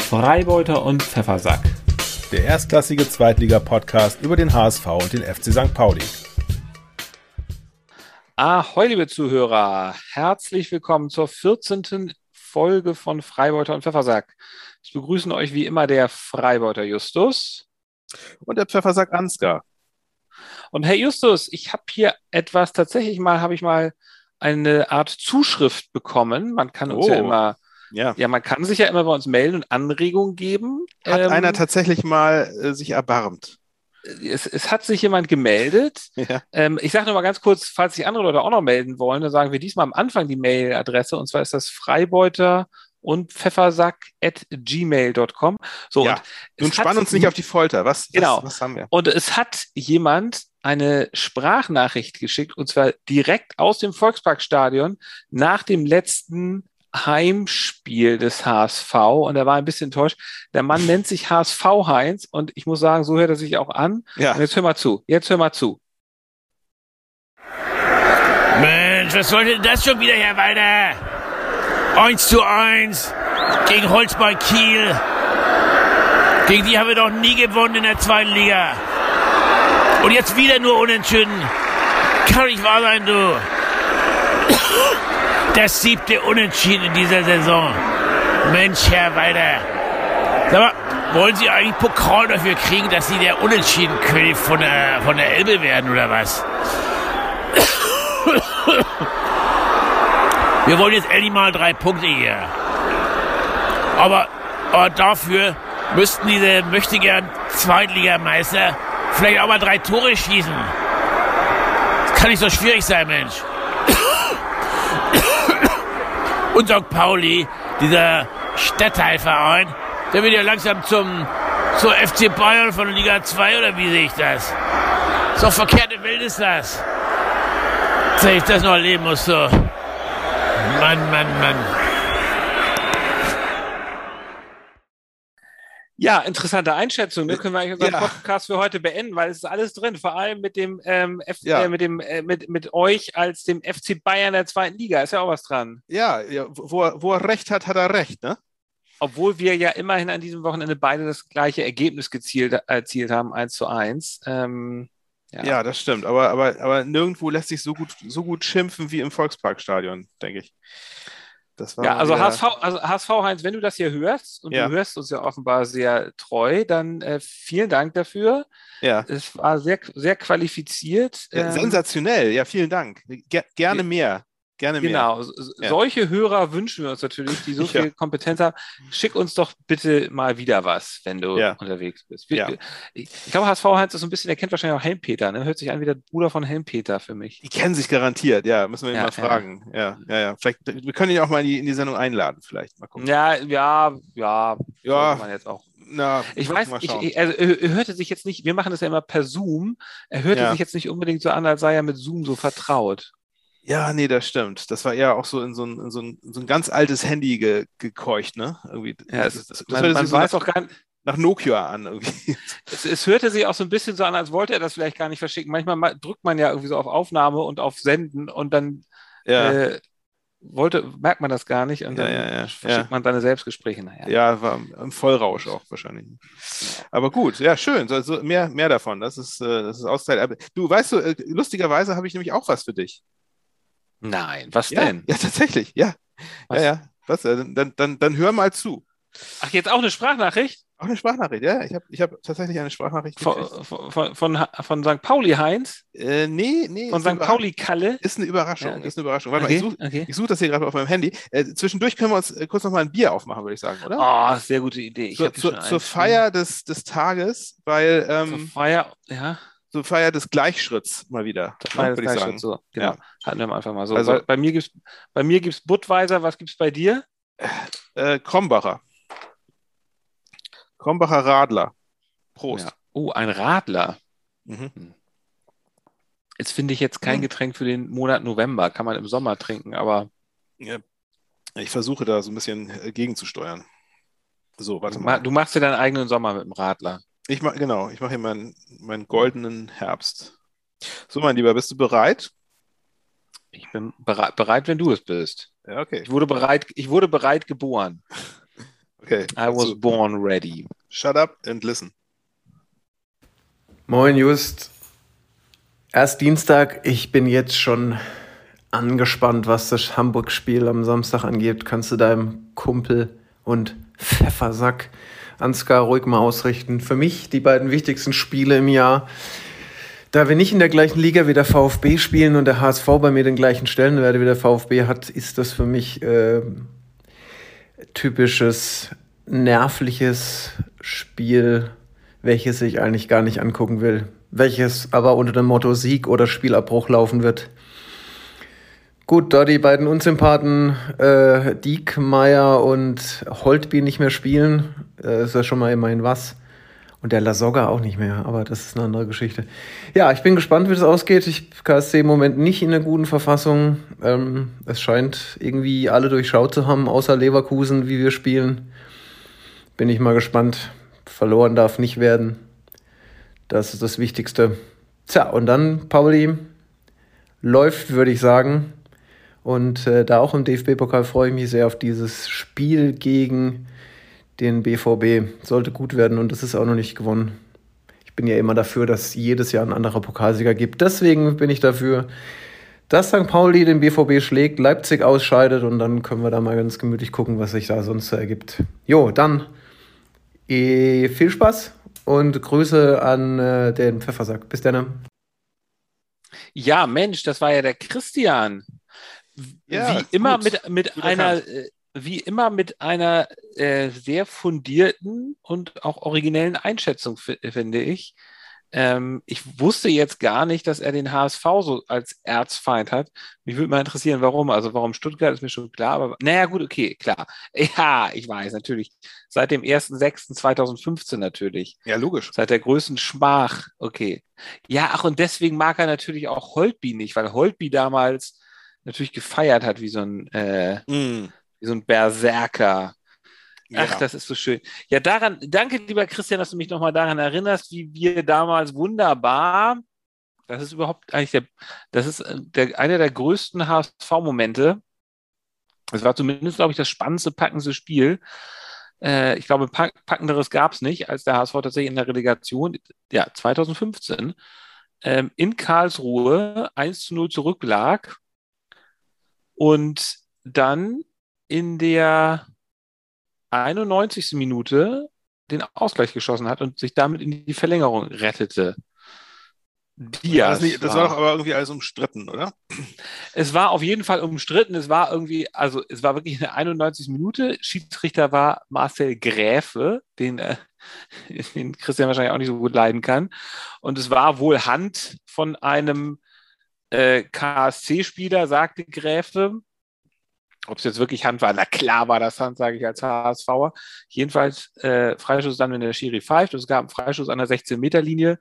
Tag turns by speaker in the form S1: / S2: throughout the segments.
S1: Freibeuter und Pfeffersack.
S2: Der erstklassige Zweitliga-Podcast über den HSV und den FC St. Pauli.
S1: Ahoi, liebe Zuhörer. Herzlich willkommen zur 14. Folge von Freibeuter und Pfeffersack. Es begrüßen euch wie immer der Freibeuter Justus.
S2: Und der Pfeffersack Ansgar.
S1: Und Herr Justus, ich habe hier etwas, habe ich mal eine Art Zuschrift bekommen. Man kann uns man kann sich ja immer bei uns melden und Anregungen geben.
S2: Hat einer tatsächlich mal sich erbarmt?
S1: Es hat sich jemand gemeldet.
S2: Ja.
S1: Ich sage nur mal ganz kurz, falls sich andere Leute auch noch melden wollen, dann sagen wir diesmal am Anfang die Mailadresse, und zwar ist das Freibeuter und Pfeffersack@gmail.com. So,
S2: ja. Nun spann uns nicht auf die Folter. Was haben wir?
S1: Und es hat jemand eine Sprachnachricht geschickt, und zwar direkt aus dem Volksparkstadion nach dem letzten Heimspiel des HSV, und er war ein bisschen enttäuscht. Der Mann nennt sich HSV Heinz, und ich muss sagen, so hört er sich auch an.
S2: Ja.
S1: Und jetzt hör mal zu.
S3: Mensch, was sollte denn das schon wieder, Herr Walter? 1:1 gegen Holzbein Kiel. Gegen die haben wir doch nie gewonnen in der zweiten Liga. Und jetzt wieder nur unentschieden. Kann nicht wahr sein, du. Das 7. Unentschieden in dieser Saison. Mensch, Herr Walter. Sag mal, wollen Sie eigentlich Pokal dafür kriegen, dass Sie der Unentschiedenkönig von der Elbe werden, oder was? Wir wollen jetzt endlich mal 3 Punkte hier. Aber dafür müssten diese möchtegern Zweitligameister vielleicht auch mal 3 Tore schießen. Das kann nicht so schwierig sein, Mensch. Und St. Pauli, dieser Stadtteilverein, der wird ja langsam zur FC Bayern von Liga 2, oder wie sehe ich das? So verkehrte Welt ist das. Dass ich das noch erleben muss, so. Mann.
S1: Ja, interessante Einschätzung. Ne? Können wir eigentlich unseren Podcast für heute beenden, weil es ist alles drin. Vor allem mit dem mit euch als dem FC Bayern der zweiten Liga. Ist ja auch was dran.
S2: Ja, wo er recht hat, hat er recht, ne?
S1: Obwohl wir ja immerhin an diesem Wochenende beide das gleiche Ergebnis erzielt haben, 1:1.
S2: Ja, das stimmt. Aber nirgendwo lässt sich so gut schimpfen wie im Volksparkstadion, denke ich. Das war
S1: HSV Heinz, wenn du das hier hörst, und du hörst uns ja offenbar sehr treu, dann vielen Dank dafür.
S2: Ja.
S1: Es war sehr, sehr qualifiziert.
S2: Ja, sensationell, ja, vielen Dank. Gerne mehr.
S1: Genau, solche Hörer wünschen wir uns natürlich, die so viel Kompetenz haben. Schick uns doch bitte mal wieder was, wenn du unterwegs bist. Ich glaube, HSV Heinz ist so ein bisschen, der kennt wahrscheinlich auch Helmpeter, ne? Hört sich an wie der Bruder von Helmpeter für mich.
S2: Die kennen sich garantiert, müssen wir ihn mal fragen. Ja. Vielleicht, wir können ihn auch mal in die Sendung einladen, vielleicht. Mal gucken.
S1: Ja. Man jetzt auch.
S2: Na,
S1: ich weiß, er hörte sich jetzt nicht, wir machen das ja immer per Zoom, er hörte sich jetzt nicht unbedingt so an, als sei er mit Zoom so vertraut.
S2: Ja, nee, das stimmt. Das war eher auch so in so ein ganz altes Handy gekeucht, ne? Irgendwie.
S1: Ja, man weiß auch gar nicht.
S2: Nach Nokia an irgendwie.
S1: Es hörte sich auch so ein bisschen so an, als wollte er das vielleicht gar nicht verschicken. Manchmal drückt man ja irgendwie so auf Aufnahme und auf Senden, und dann merkt man das gar nicht, und dann verschickt man seine Selbstgespräche.
S2: Ja, war im Vollrausch auch wahrscheinlich. Aber gut, ja, schön. Also mehr davon. Das ist Auszeit. Du, weißt du, lustigerweise habe ich nämlich auch was für dich.
S1: Nein, was denn?
S2: Ja, tatsächlich, ja.
S1: Was?
S2: Ja. Was? Dann hör mal zu.
S1: Ach, jetzt auch eine Sprachnachricht?
S2: Auch eine Sprachnachricht, ja. Ich hab tatsächlich eine Sprachnachricht gekriegt.
S1: Von St. Pauli Heinz?
S2: Nee.
S1: Von St. Pauli Kalle?
S2: Ist eine Überraschung,
S1: Ja, okay.
S2: Warte mal, ich suche das hier gerade auf meinem Handy. Zwischendurch können wir uns kurz noch mal ein Bier aufmachen, würde ich sagen, oder?
S1: Oh, sehr gute Idee.
S2: Zur Feier des Tages, weil... Zur Feier des Gleichschritts mal wieder.
S1: Würde ich sagen. So, genau.
S2: Ja.
S1: Hatten wir einfach mal so.
S2: Also,
S1: bei mir gibt's Budweiser. Was gibt's bei dir?
S2: Krombacher Radler. Prost.
S1: Ja. Oh, ein Radler.
S2: Mhm.
S1: Jetzt finde ich jetzt kein Getränk für den Monat November. Kann man im Sommer trinken, aber...
S2: Ja, ich versuche da so ein bisschen gegenzusteuern. So, warte mal.
S1: Du machst dir deinen eigenen Sommer mit dem Radler.
S2: Ich mache hier meinen goldenen Herbst. So, mein Lieber, bist du bereit?
S1: Ich bin bereit, wenn du es bist.
S2: Ja, okay.
S1: Ich wurde bereit geboren.
S2: Okay.
S1: I was born ready.
S2: Shut up and listen.
S4: Moin Just. Erst Dienstag, ich bin jetzt schon angespannt, was das Hamburg-Spiel am Samstag angeht. Kannst du deinem Kumpel und Pfeffersack Ansgar ruhig mal ausrichten. Für mich die beiden wichtigsten Spiele im Jahr. Da wir nicht in der gleichen Liga wie der VfB spielen und der HSV bei mir den gleichen Stellenwert wie der VfB hat, ist das für mich typisches, nervliches Spiel, welches ich eigentlich gar nicht angucken will. Welches aber unter dem Motto Sieg oder Spielabbruch laufen wird. Gut, da die beiden Unsympathen Diekmeyer und Holtby nicht mehr spielen, ist ja schon mal immerhin was. Und der Lasogga auch nicht mehr, aber das ist eine andere Geschichte. Ja, ich bin gespannt, wie das ausgeht. KSC im Moment nicht in einer guten Verfassung. Es scheint irgendwie alle durchschaut zu haben, außer Leverkusen, wie wir spielen. Bin ich mal gespannt. Verloren darf nicht werden. Das ist das Wichtigste. Tja, und dann, Pauli, läuft, würde ich sagen. Und da auch im DFB-Pokal freue ich mich sehr auf dieses Spiel gegen den BVB. Sollte gut werden und das ist auch noch nicht gewonnen. Ich bin ja immer dafür, dass jedes Jahr ein anderer Pokalsieger gibt. Deswegen bin ich dafür, dass St. Pauli den BVB schlägt, Leipzig ausscheidet und dann können wir da mal ganz gemütlich gucken, was sich da sonst so ergibt. Jo, dann viel Spaß und Grüße an den Pfeffersack. Bis dann.
S1: Ja, Mensch, das war ja der Christian.
S2: Ja,
S1: wie immer
S2: gut.
S1: mit einer sehr fundierten und auch originellen Einschätzung, finde ich. Ich wusste jetzt gar nicht, dass er den HSV so als Erzfeind hat. Mich würde mal interessieren, warum. Also warum Stuttgart, ist mir schon klar. Aber naja, gut, okay, klar. Ja, ich weiß, natürlich. Seit dem 1.6.2015 natürlich.
S2: Ja, logisch.
S1: Seit der größten Schmach. Okay. Ja, ach, und deswegen mag er natürlich auch Holtby nicht, weil Holtby damals natürlich gefeiert hat wie so ein Berserker. Ach,
S2: Ja.
S1: das ist so schön. Ja, danke, lieber Christian, dass du mich nochmal daran erinnerst, wie wir damals wunderbar, das ist überhaupt eigentlich einer der größten HSV-Momente. Es war zumindest, glaube ich, das spannendste, packendste Spiel. Ich glaube, packenderes gab es nicht, als der HSV tatsächlich in der Relegation, ja, 2015, in Karlsruhe 1:0 zurücklag und dann in der 91. Minute den Ausgleich geschossen hat und sich damit in die Verlängerung rettete.
S2: Das war doch aber irgendwie alles umstritten, oder?
S1: Es war auf jeden Fall umstritten. Es war wirklich eine 91. Minute. Schiedsrichter war Marcel Gräfe, den Christian wahrscheinlich auch nicht so gut leiden kann. Und es war wohl Hand von einem KSC-Spieler, sagte Gräfe. Ob es jetzt wirklich Hand war, na klar war das Hand, sage ich als HSVer. Jedenfalls Freischuss dann, wenn der Schiri pfeift. Es gab einen Freischuss an der 16-Meter-Linie.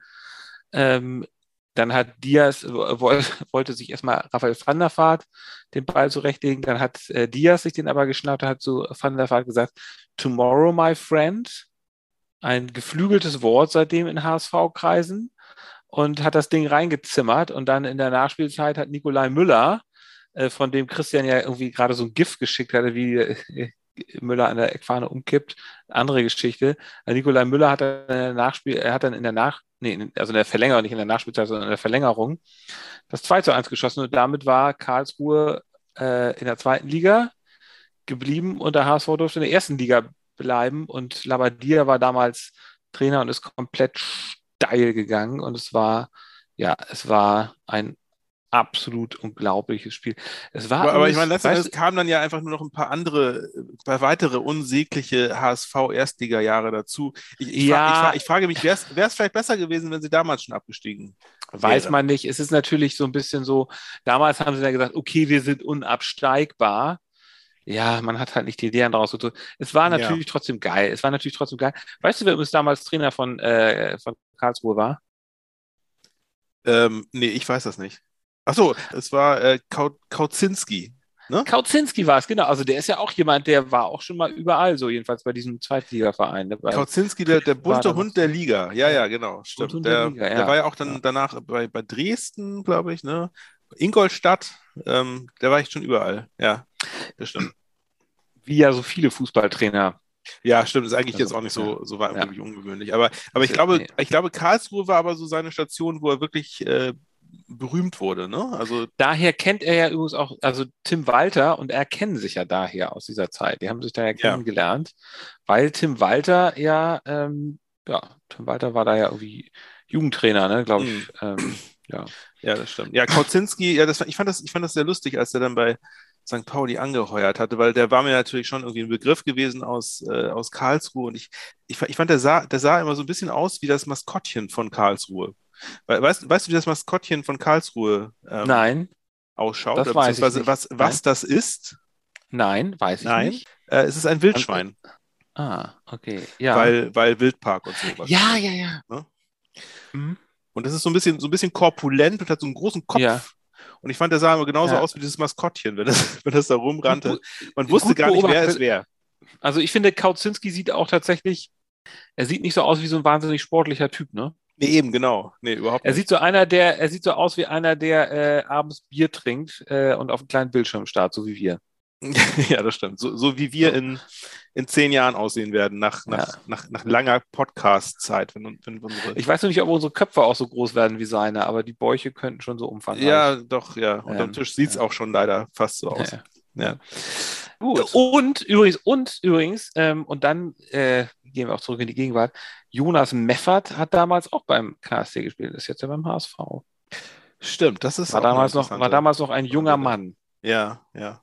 S1: Dann hat Diaz, wollte sich erstmal Raphael van der Vaart den Ball zurechtlegen. Dann hat Diaz sich den aber geschnappt, hat zu van der Vaart gesagt, "Tomorrow, my friend." Ein geflügeltes Wort seitdem in HSV-Kreisen. Und hat das Ding reingezimmert. Und dann in der Nachspielzeit hat Nikolai Müller, von dem Christian ja irgendwie gerade so ein GIF geschickt hatte, wie Müller an der Eckfahne umkippt. Andere Geschichte. Nikolai Müller hat dann in der Verlängerung, nicht in der Nachspielzeit, sondern in der Verlängerung, das 2:1 geschossen und damit war Karlsruhe in der zweiten Liga geblieben und der HSV durfte in der ersten Liga bleiben und Labbadia war damals Trainer und ist komplett steil gegangen und es war ein absolut unglaubliches Spiel.
S2: Aber ich meine, letztendlich kamen dann ja einfach nur noch ein paar weitere unsägliche HSV-Erstliga-Jahre dazu. Ich frage mich, wäre es vielleicht besser gewesen, wenn sie damals schon abgestiegen wären?
S1: Weiß man nicht. Es ist natürlich so ein bisschen so, damals haben sie dann gesagt, okay, wir sind unabsteigbar. Ja, man hat halt nicht die Ideen daraus gezogen. Es war natürlich trotzdem geil. Weißt du, wer übrigens damals Trainer von Karlsruhe war?
S2: Nee, ich weiß das nicht. Achso, es war Kautzinski. Ne?
S1: Kautzinski war es, genau. Also der ist ja auch jemand, der war auch schon mal überall, so jedenfalls bei diesem Zweitligaverein.
S2: Kautzinski, der bunte Hund der Liga. Ja, genau, stimmt. Der war ja auch dann danach bei Dresden, glaube ich, ne? Ingolstadt, der war echt schon überall. Ja, das stimmt.
S1: Wie ja so viele Fußballtrainer
S2: Ja, stimmt, ist eigentlich
S1: Also,
S2: jetzt auch nicht so wirklich ungewöhnlich. Aber ich
S1: Nee.
S2: glaube, Karlsruhe war aber so seine Station, wo er wirklich berühmt wurde, ne? Also,
S1: Daher kennt er ja übrigens auch, also Tim Walter und er kennen sich ja daher aus dieser Zeit. Die haben sich da ja
S2: ja.
S1: kennengelernt, weil Tim Walter Tim Walter war da ja irgendwie Jugendtrainer, ne, glaube ich. Ja.
S2: Ja, das stimmt. Ja, Kautzinski, ja, ich fand das sehr lustig, als er dann bei St. Pauli angeheuert hatte, weil der war mir natürlich schon irgendwie ein Begriff gewesen aus Karlsruhe und ich fand, der sah immer so ein bisschen aus wie das Maskottchen von Karlsruhe. Weißt du, wie das Maskottchen von Karlsruhe
S1: Nein,
S2: ausschaut?
S1: das
S2: Oder
S1: weiß ich
S2: beziehungsweise
S1: nicht.
S2: was das ist?
S1: Nein, weiß ich
S2: Nein.
S1: nicht.
S2: Es ist ein Wildschwein,
S1: Okay, ja.
S2: weil Wildpark und so.
S1: Ja, ja, ja.
S2: Ne?
S1: Mhm.
S2: Und das ist so ein bisschen korpulent und hat so einen großen Kopf.
S1: Ja.
S2: Und ich fand, der sah immer genauso
S1: Ja.
S2: aus wie dieses Maskottchen, wenn das da rumrannte.
S1: Gut
S2: Man wusste gar nicht, wer es wäre.
S1: Also ich finde, Kautzinski sieht auch tatsächlich, er sieht nicht so aus wie so ein wahnsinnig sportlicher Typ, ne?
S2: Nee, eben, genau. Nee, überhaupt
S1: Er
S2: nicht.
S1: sieht so aus wie einer, der abends Bier trinkt und auf einem kleinen Bildschirm starrt, so wie wir.
S2: Ja, das stimmt. So wie wir in 10 Jahren aussehen werden, nach langer Podcast-Zeit. Wenn unsere
S1: Ich weiß noch nicht, ob unsere Köpfe auch so groß werden wie seine, aber die Bäuche könnten schon so umfangreich.
S2: Ja, doch, ja. Unterm Tisch sieht es auch schon leider fast so aus. Ja.
S1: Gut. Und übrigens, und dann gehen wir auch zurück in die Gegenwart. Jonas Meffert hat damals auch beim KSC gespielt, ist jetzt ja beim HSV.
S2: Stimmt, das ist
S1: War damals noch ein junger Mann.
S2: Ja.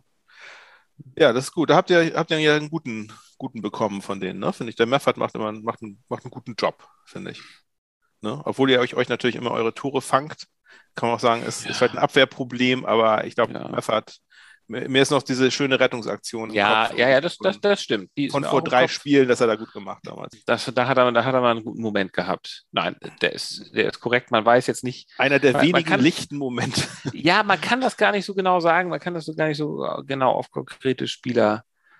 S2: Ja, das ist gut. Da habt ihr ja einen guten bekommen von denen, ne? Finde ich. Der Meffert macht einen guten Job, finde ich. Ne? Obwohl ihr euch natürlich immer eure Tore fangt, kann man auch sagen, es ist vielleicht ein Abwehrproblem, aber ich glaube, Meffert, mir ist noch diese schöne Rettungsaktion im Kopf.
S1: Das stimmt. Die
S2: von vor 3 Spielen, das hat er gut gemacht damals.
S1: Da hat er mal einen guten Moment gehabt. Nein, der ist korrekt. Man weiß jetzt nicht.
S2: Einer der wenigen lichten Momente.
S1: Ja, man kann das gar nicht so genau sagen. Man kann das gar nicht so genau auf konkrete Spieler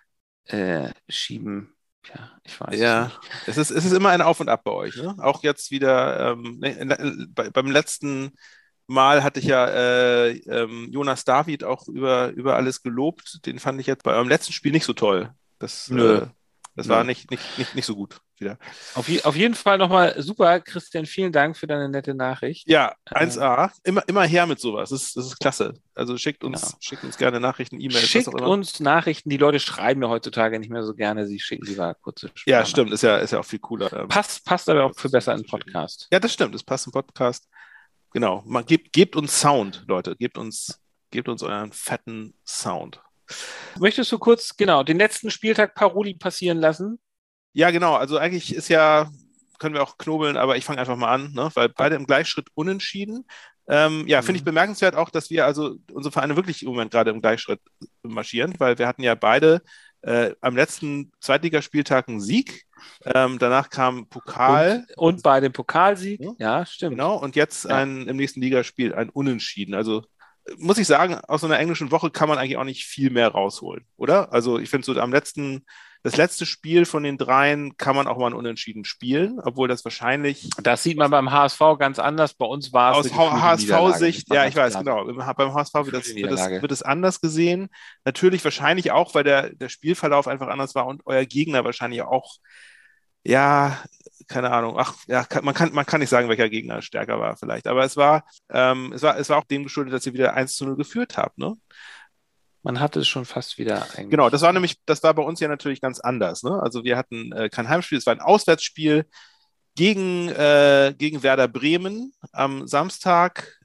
S1: schieben. Ja, ich weiß es nicht.
S2: Es ist immer ein Auf und Ab bei euch, ne? Auch jetzt wieder beim letzten Mal hatte ich ja Jonas David auch über alles gelobt. Den fand ich jetzt bei eurem letzten Spiel nicht so toll. Das war nicht so gut wieder.
S1: Auf jeden Fall nochmal super, Christian, vielen Dank für deine nette Nachricht.
S2: Ja, 1A. Immer her mit sowas. Das ist klasse. Also schickt uns gerne Nachrichten, E-Mails.
S1: Schickt uns Nachrichten. Die Leute schreiben ja heutzutage nicht mehr so gerne. Sie schicken lieber kurze Sprachen.
S2: Ja, stimmt. Ist ja auch viel cooler.
S1: Passt aber auch für besser in den Podcast.
S2: Ja, das stimmt. Es passt im Podcast. Genau. Gebt uns Sound, Leute. Gebt uns euren fetten Sound.
S1: Möchtest du kurz, den letzten Spieltag Paroli passieren lassen?
S2: Ja, genau. Also eigentlich können wir auch knobeln, aber ich fange einfach mal an, ne? Weil beide im Gleichschritt unentschieden. Finde ich bemerkenswert auch, dass wir also unsere Vereine wirklich im Moment gerade im Gleichschritt marschieren, weil wir hatten ja beide am letzten Zweitligaspieltag einen Sieg. Danach kam Pokal.
S1: Und bei dem Pokalsieg, ja, stimmt.
S2: Genau, und jetzt im nächsten Ligaspiel ein Unentschieden. Also muss ich sagen, aus so einer englischen Woche kann man eigentlich auch nicht viel mehr rausholen, oder? Also ich finde so das letzte Spiel von den 3 kann man auch mal ein Unentschieden spielen, obwohl das wahrscheinlich...
S1: Das sieht man beim HSV ganz anders. Bei uns war es
S2: aus HSV-Sicht, ja, ich weiß, genau. Beim HSV wird es anders gesehen. Natürlich wahrscheinlich auch, weil der Spielverlauf einfach anders war und euer Gegner wahrscheinlich auch, ja, keine Ahnung. Man kann nicht sagen, welcher Gegner stärker war vielleicht, aber es war auch dem geschuldet, dass ihr wieder 1:0 geführt habt, ne?
S1: Man hatte es schon fast wieder eigentlich.
S2: Genau, das war bei uns ja natürlich ganz anders, ne? Also wir hatten kein Heimspiel, es war ein Auswärtsspiel gegen Werder Bremen am Samstag.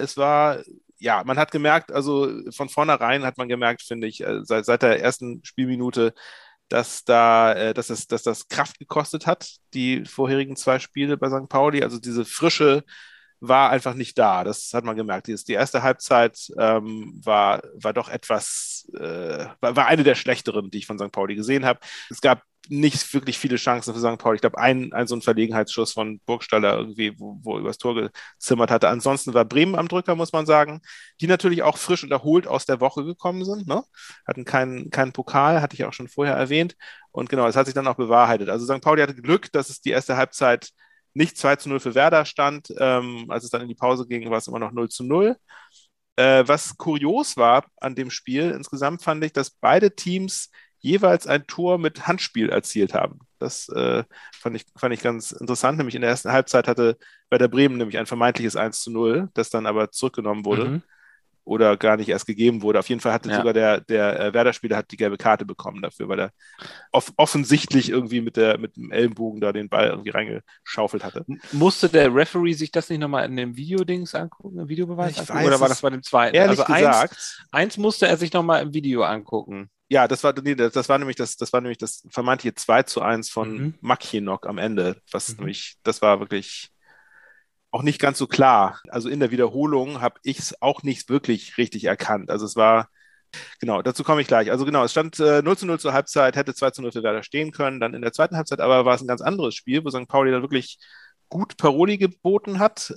S2: Man hat gemerkt, also von vornherein hat man gemerkt, finde ich, seit der ersten Spielminute, dass das Kraft gekostet hat, die vorherigen 2 Spiele bei St. Pauli. Also diese Frische war einfach nicht da. Das hat man gemerkt. Die erste Halbzeit war doch etwas, war eine der schlechteren, die ich von St. Pauli gesehen habe. Es gab nicht wirklich viele Chancen für St. Pauli. Ich glaube, ein so ein Verlegenheitsschuss von Burgstaller irgendwie, wo übers Tor gezimmert hatte. Ansonsten war Bremen am Drücker, muss man sagen, die natürlich auch frisch und erholt aus der Woche gekommen sind, ne? Hatten keinen Pokal, hatte ich auch schon vorher erwähnt. Und genau, das hat sich dann auch bewahrheitet. Also St. Pauli hatte Glück, dass es die erste Halbzeit nicht 2:0 für Werder stand. Als es dann in die Pause ging, war es immer noch 0:0. Was kurios war an dem Spiel insgesamt, fand ich, dass beide Teams jeweils ein Tor mit Handspiel erzielt haben. Das fand ich ganz interessant. Nämlich in der ersten Halbzeit hatte Werder Bremen nämlich ein vermeintliches 1:0, das dann aber zurückgenommen wurde oder gar nicht erst gegeben wurde. Auf jeden Fall hatte sogar der Werder-Spieler hat die gelbe Karte bekommen dafür, weil er offensichtlich irgendwie mit dem Ellenbogen da den Ball irgendwie reingeschaufelt hatte.
S1: Musste der Referee sich das nicht nochmal in dem Videodings angucken, im Videobeweis angucken? Oder war das bei dem zweiten?
S2: Ehrlich gesagt.
S1: Eins musste er sich nochmal im Video angucken.
S2: Ja, das war nämlich das vermeintliche 2:1 von Makienok am Ende, das war wirklich auch nicht ganz so klar. Also in der Wiederholung habe ich es auch nicht wirklich richtig erkannt. Also es war, genau, dazu komme ich gleich. Also genau, es stand 0:0 zur Halbzeit, hätte 2:0 für Werder stehen können. Dann in der zweiten Halbzeit aber war es ein ganz anderes Spiel, wo St. Pauli dann wirklich gut Paroli geboten hat.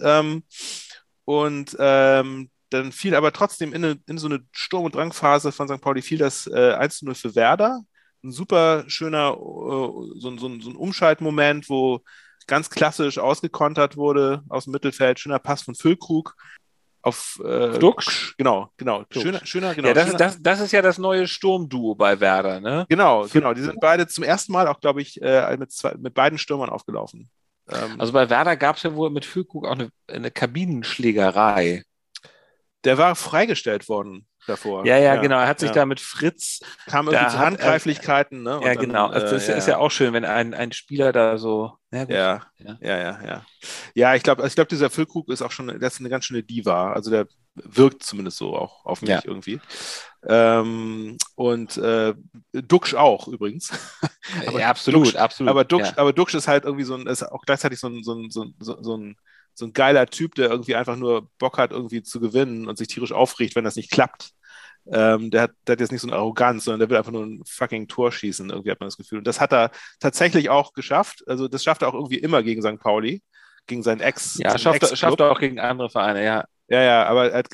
S2: Dann fiel aber trotzdem in so eine Sturm- und Drangphase von St. Pauli fiel das 1:0 für Werder. Ein super schöner, so ein Umschaltmoment, wo ganz klassisch ausgekontert wurde aus dem Mittelfeld. Schöner Pass von Füllkrug auf
S1: Duxch.
S2: Genau.
S1: Duxch.
S2: Schöner.
S1: Ja, das ist ja das neue Sturmduo bei Werder, ne?
S2: Genau. Die sind beide zum ersten Mal auch, glaube ich, mit beiden Stürmern aufgelaufen.
S1: Also bei Werder gab es ja wohl mit Füllkrug auch eine Kabinenschlägerei.
S2: Der war freigestellt worden davor.
S1: Ja, genau. Er hat sich da mit Fritz...
S2: Kam irgendwie zu Handgreiflichkeiten. Ne?
S1: Ja, genau. Also das ist ja auch schön, wenn ein Spieler da so...
S2: Ja. Ja, ich glaube, dieser Füllkrug ist auch schon, der ist eine ganz schöne Diva. Also der wirkt zumindest so auch auf mich irgendwie. Duxch auch übrigens.
S1: Ja, absolut.
S2: Aber Duxch ist halt irgendwie ist auch gleichzeitig so ein geiler Typ, der irgendwie einfach nur Bock hat, irgendwie zu gewinnen und sich tierisch aufregt, wenn das nicht klappt. Der hat jetzt nicht so eine Arroganz, sondern der will einfach nur ein fucking Tor schießen, irgendwie hat man das Gefühl. Und das hat er tatsächlich auch geschafft. Also das schafft er auch irgendwie immer gegen St. Pauli, gegen seinen Ex.
S1: Ja, schafft er auch gegen andere Vereine, ja.
S2: Ja, aber er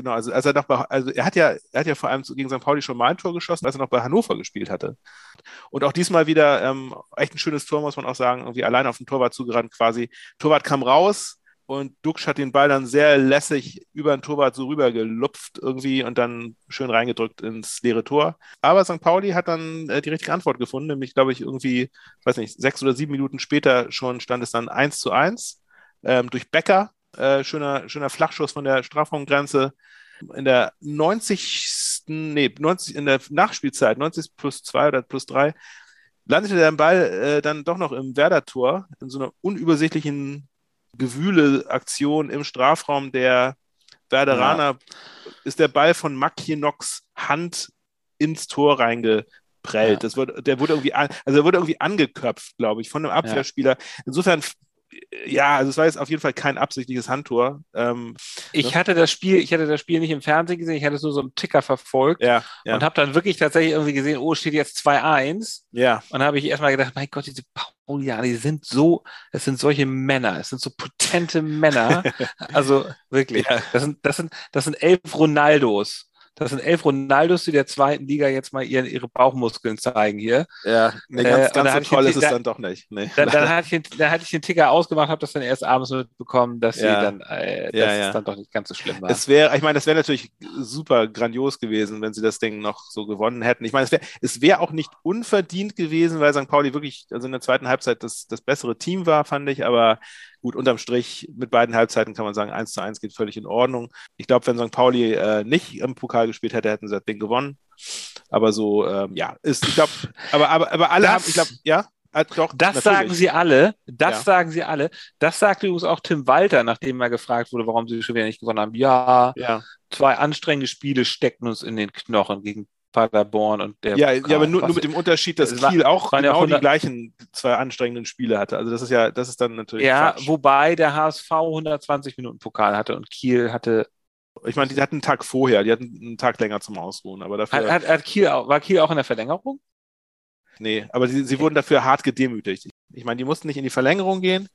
S2: hat ja vor allem gegen St. Pauli schon mal ein Tor geschossen, als er noch bei Hannover gespielt hatte. Und auch diesmal wieder echt ein schönes Tor, muss man auch sagen, irgendwie allein auf den Torwart zugerannt quasi. Torwart kam raus, und Duxch hat den Ball dann sehr lässig über den Torwart so rüber gelupft irgendwie und dann schön reingedrückt ins leere Tor. Aber St. Pauli hat dann die richtige Antwort gefunden, nämlich, glaube ich, irgendwie, weiß nicht, 6 oder 7 Minuten später schon stand es dann 1:1 durch Becker. Schöner Flachschuss von der Strafraumgrenze. In der 90. in der Nachspielzeit, 90 plus 2 oder plus 3, landete der Ball dann doch noch im Werder-Tor in so einer unübersichtlichen Gewühle-Aktion im Strafraum der Werderaner. Ist der Ball von Makienoks Hand ins Tor reingeprellt. Der wurde irgendwie angeköpft, glaube ich, von einem Abwehrspieler. Insofern, ja, also es war jetzt auf jeden Fall kein absichtliches Handtor.
S1: Ich hatte das Spiel nicht im Fernsehen gesehen, ich hatte es nur so im Ticker verfolgt und habe dann wirklich tatsächlich irgendwie gesehen, oh, steht jetzt 2:1. Ja. Und habe ich erstmal gedacht, mein Gott, diese Paulianer, es sind solche Männer, es sind so potente Männer. Also wirklich, das sind 11 Ronaldos. Das sind 11 Ronaldos, die der zweiten Liga jetzt mal ihre Bauchmuskeln zeigen hier.
S2: Ja, ganz so toll ist es dann doch nicht. Nee.
S1: Dann hatte ich den Ticker ausgemacht, habe das dann erst abends mitbekommen, dass es dann doch nicht ganz so schlimm war.
S2: Das wäre natürlich super grandios gewesen, wenn sie das Ding noch so gewonnen hätten. Ich meine, es wäre auch nicht unverdient gewesen, weil St. Pauli wirklich, also in der zweiten Halbzeit das bessere Team war, fand ich, aber gut, unterm Strich mit beiden Halbzeiten kann man sagen, 1:1 geht völlig in Ordnung. Ich glaube, wenn St. Pauli nicht im Pokal gespielt hätte, hätten sie das Ding gewonnen. Aber so, ich glaube, aber alle haben, ich glaube, doch.
S1: Das natürlich. Sagen sie alle. Sagen sie alle. Das sagte übrigens auch Tim Walter, nachdem er gefragt wurde, warum sie schon wieder nicht gewonnen haben. Ja. 2 anstrengende Spiele steckten uns in den Knochen gegen Paderborn und der
S2: aber nur mit dem Unterschied, dass Kiel auch genau die gleichen 2 anstrengenden Spiele hatte. Also das ist dann natürlich Quatsch.
S1: Wobei der HSV 120 Minuten Pokal hatte und Kiel hatte.
S2: Ich meine, die hatten einen Tag vorher, die hatten einen Tag länger zum Ausruhen, aber dafür.
S1: War Kiel auch in der Verlängerung?
S2: Nee, aber sie wurden dafür hart gedemütigt. Ich meine, die mussten nicht in die Verlängerung gehen,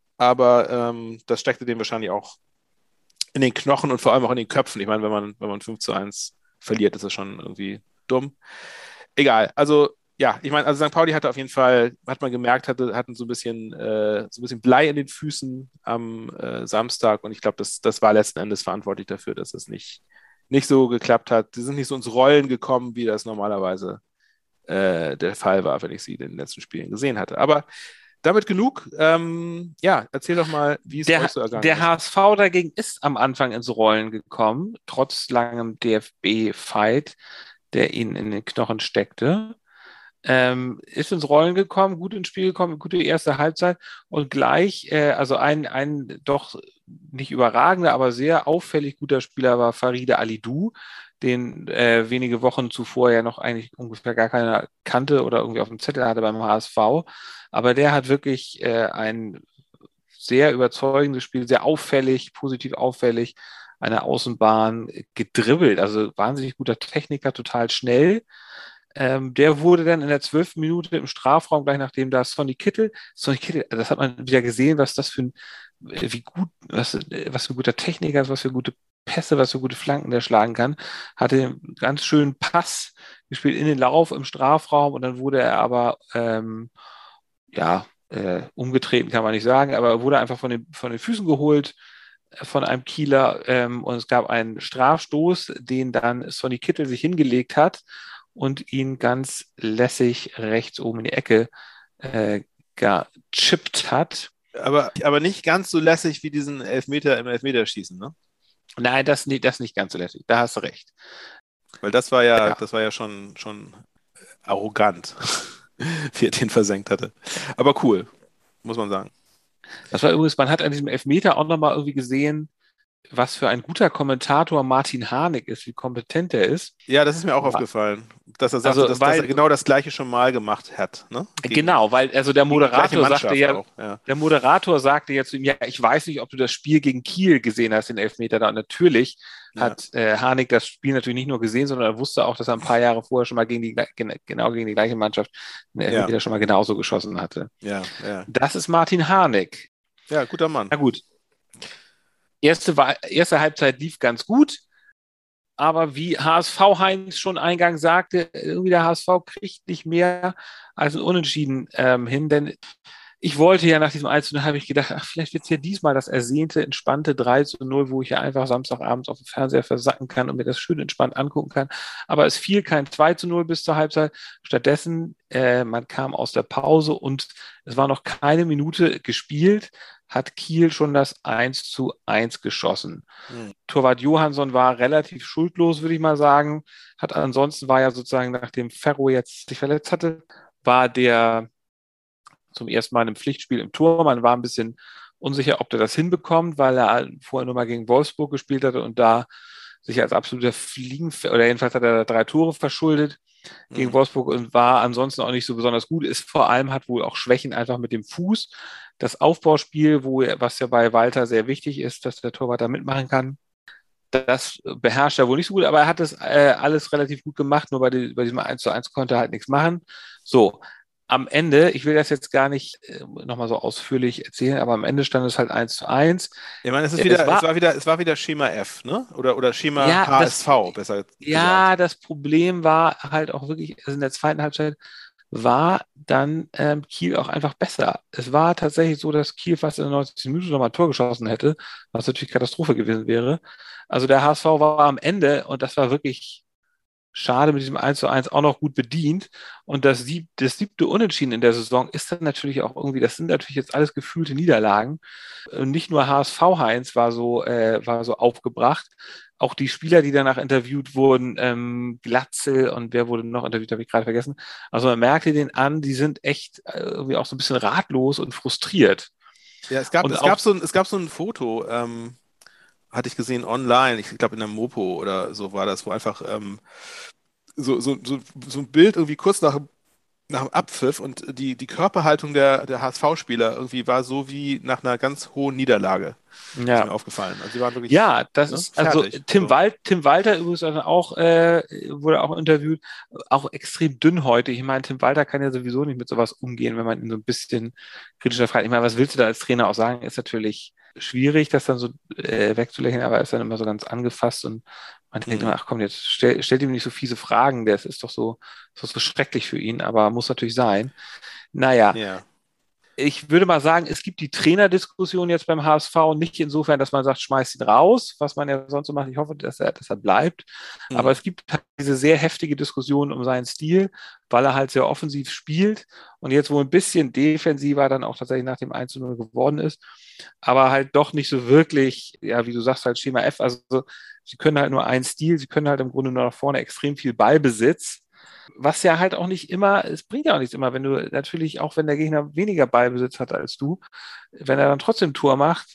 S2: aber das steckte denen wahrscheinlich auch in den Knochen und vor allem auch in den Köpfen. Ich meine, wenn man 5:1 verliert, ist das schon irgendwie dumm. Egal, also ja, ich meine, also St. Pauli hatte auf jeden Fall, hat man gemerkt, hatten so ein bisschen Blei in den Füßen am Samstag und ich glaube, das war letzten Endes verantwortlich dafür, dass es nicht so geklappt hat. Sie sind nicht so ins Rollen gekommen, wie das normalerweise der Fall war, wenn ich sie in den letzten Spielen gesehen hatte. Aber damit genug. Erzähl doch mal, wie es euch so ergangen ist.
S1: Der HSV dagegen ist am Anfang ins Rollen gekommen, trotz langem DFB-Fight, der ihnen in den Knochen steckte. Ist ins Rollen gekommen, gut ins Spiel gekommen, gute erste Halbzeit und gleich, also ein doch nicht überragender, aber sehr auffällig guter Spieler war Faride Alidou, den wenige Wochen zuvor ja noch eigentlich ungefähr gar keiner kannte oder irgendwie auf dem Zettel hatte beim HSV. Aber der hat wirklich ein sehr überzeugendes Spiel, sehr auffällig, positiv auffällig, eine Außenbahn gedribbelt. Also wahnsinnig guter Techniker, total schnell. Der wurde dann in der 12. Minute im Strafraum, gleich nachdem da Sonny Kittel, das hat man wieder gesehen, was das für ein, was für ein guter Techniker ist, was für gute Pässe, was für gute Flanken der schlagen kann, hatte einen ganz schönen Pass gespielt in den Lauf im Strafraum und dann wurde er aber, umgetreten kann man nicht sagen, aber er wurde einfach von den Füßen geholt von einem Kieler und es gab einen Strafstoß, den dann Sonny Kittel sich hingelegt hat und ihn ganz lässig rechts oben in die Ecke gechippt hat.
S2: Aber nicht ganz so lässig wie diesen Elfmeter im Elfmeterschießen, ne?
S1: Nein, das nicht ganz so lässig. Da hast du recht.
S2: Weil das war ja schon arrogant, wie er den versenkt hatte. Aber cool, muss man sagen.
S1: Das war übrigens, man hat an diesem Elfmeter auch nochmal irgendwie gesehen, was für ein guter Kommentator Martin Harnik ist, wie kompetent er ist.
S2: Ja, das ist mir auch aufgefallen, dass er sagte, dass er genau das Gleiche schon mal gemacht hat. Ne?
S1: Genau, weil also der Moderator sagte ja zu ihm, ja, ich weiß nicht, ob du das Spiel gegen Kiel gesehen hast, den Elfmeter da. Und natürlich hat Harnik das Spiel natürlich nicht nur gesehen, sondern er wusste auch, dass er ein paar Jahre vorher schon mal gegen die gleiche Mannschaft den Elfmeter schon mal genauso geschossen hatte.
S2: Ja.
S1: Das ist Martin Harnik.
S2: Ja, guter Mann.
S1: Na gut. Erste Halbzeit lief ganz gut, aber wie HSV Heinz schon eingangs sagte, irgendwie der HSV kriegt nicht mehr als ein Unentschieden hin, denn ich wollte ja nach diesem 1:0, habe ich gedacht, vielleicht wird es ja diesmal das ersehnte, entspannte 3:0, wo ich ja einfach Samstagabends auf dem Fernseher versacken kann und mir das schön entspannt angucken kann. Aber es fiel kein 2:0 bis zur Halbzeit. Stattdessen, man kam aus der Pause und es war noch keine Minute gespielt, hat Kiel schon das 1:1 geschossen. Torwart Johansson war relativ schuldlos, würde ich mal sagen. Ansonsten war ja sozusagen, nachdem Ferro jetzt sich verletzt hatte, war der zum ersten Mal in einem Pflichtspiel im Tor. Man war ein bisschen unsicher, ob der das hinbekommt, weil er vorher nur mal gegen Wolfsburg gespielt hatte und da sich als absoluter oder jedenfalls hat er 3 Tore verschuldet gegen Wolfsburg und war ansonsten auch nicht so besonders gut. Vor allem hat wohl auch Schwächen einfach mit dem Fuß. Das Aufbauspiel, was ja bei Walter sehr wichtig ist, dass der Torwart da mitmachen kann, das beherrscht er wohl nicht so gut, aber er hat das alles relativ gut gemacht, nur bei diesem 1:1 konnte er halt nichts machen. So, am Ende, ich will das jetzt gar nicht nochmal so ausführlich erzählen, aber am Ende stand es halt 1:1.
S2: Ich meine, es war wieder Schema F, ne? Oder Schema HSV, besser gesagt.
S1: Ja, das Problem war halt auch wirklich, also in der zweiten Halbzeit war dann Kiel auch einfach besser. Es war tatsächlich so, dass Kiel fast in der 90. Minute nochmal ein Tor geschossen hätte, was natürlich Katastrophe gewesen wäre. Also der HSV war am Ende und das war wirklich schade mit diesem 1:1 auch noch gut bedient. Und das 7. Unentschieden in der Saison ist dann natürlich auch irgendwie, das sind natürlich jetzt alles gefühlte Niederlagen. Und nicht nur HSV Heinz war so aufgebracht. Auch die Spieler, die danach interviewt wurden, Glatzel und wer wurde noch interviewt, habe ich gerade vergessen. Also man merkte denen an, die sind echt irgendwie auch so ein bisschen ratlos und frustriert.
S2: Ja, es gab so ein Foto, hatte ich gesehen online, ich glaube in der Mopo oder so war das, wo einfach so ein Bild irgendwie kurz nach dem Abpfiff und die Körperhaltung der HSV-Spieler irgendwie war so wie nach einer ganz hohen Niederlage.
S1: Ja.
S2: Ist mir aufgefallen. Also die waren wirklich,
S1: das ist, also Tim Walter übrigens dann auch, wurde auch interviewt, auch extrem dünnhäutig. Ich meine, Tim Walter kann ja sowieso nicht mit sowas umgehen, wenn man ihn so ein bisschen kritischer fragt. Ich meine, was willst du da als Trainer auch sagen? Ist natürlich schwierig, das dann so wegzulächeln, aber er ist dann immer so ganz angefasst und man denkt immer, ach komm, jetzt stellt ihm nicht so fiese Fragen, das ist doch so schrecklich für ihn, aber muss natürlich sein. Naja, Ich würde mal sagen, es gibt die Trainerdiskussion jetzt beim HSV nicht insofern, dass man sagt, schmeißt ihn raus, was man ja sonst so macht. Ich hoffe, dass er bleibt. Aber es gibt halt diese sehr heftige Diskussion um seinen Stil, weil er halt sehr offensiv spielt und jetzt wohl ein bisschen defensiver dann auch tatsächlich nach dem 1:0 geworden ist, aber halt doch nicht so wirklich, ja, wie du sagst, halt Schema F. Also sie können halt nur einen Stil, sie können halt im Grunde nur nach vorne extrem viel Ballbesitz. Was ja halt auch nicht immer, es bringt ja auch nichts immer, wenn du natürlich, auch wenn der Gegner weniger Ballbesitz hat als du, wenn er dann trotzdem Tor macht.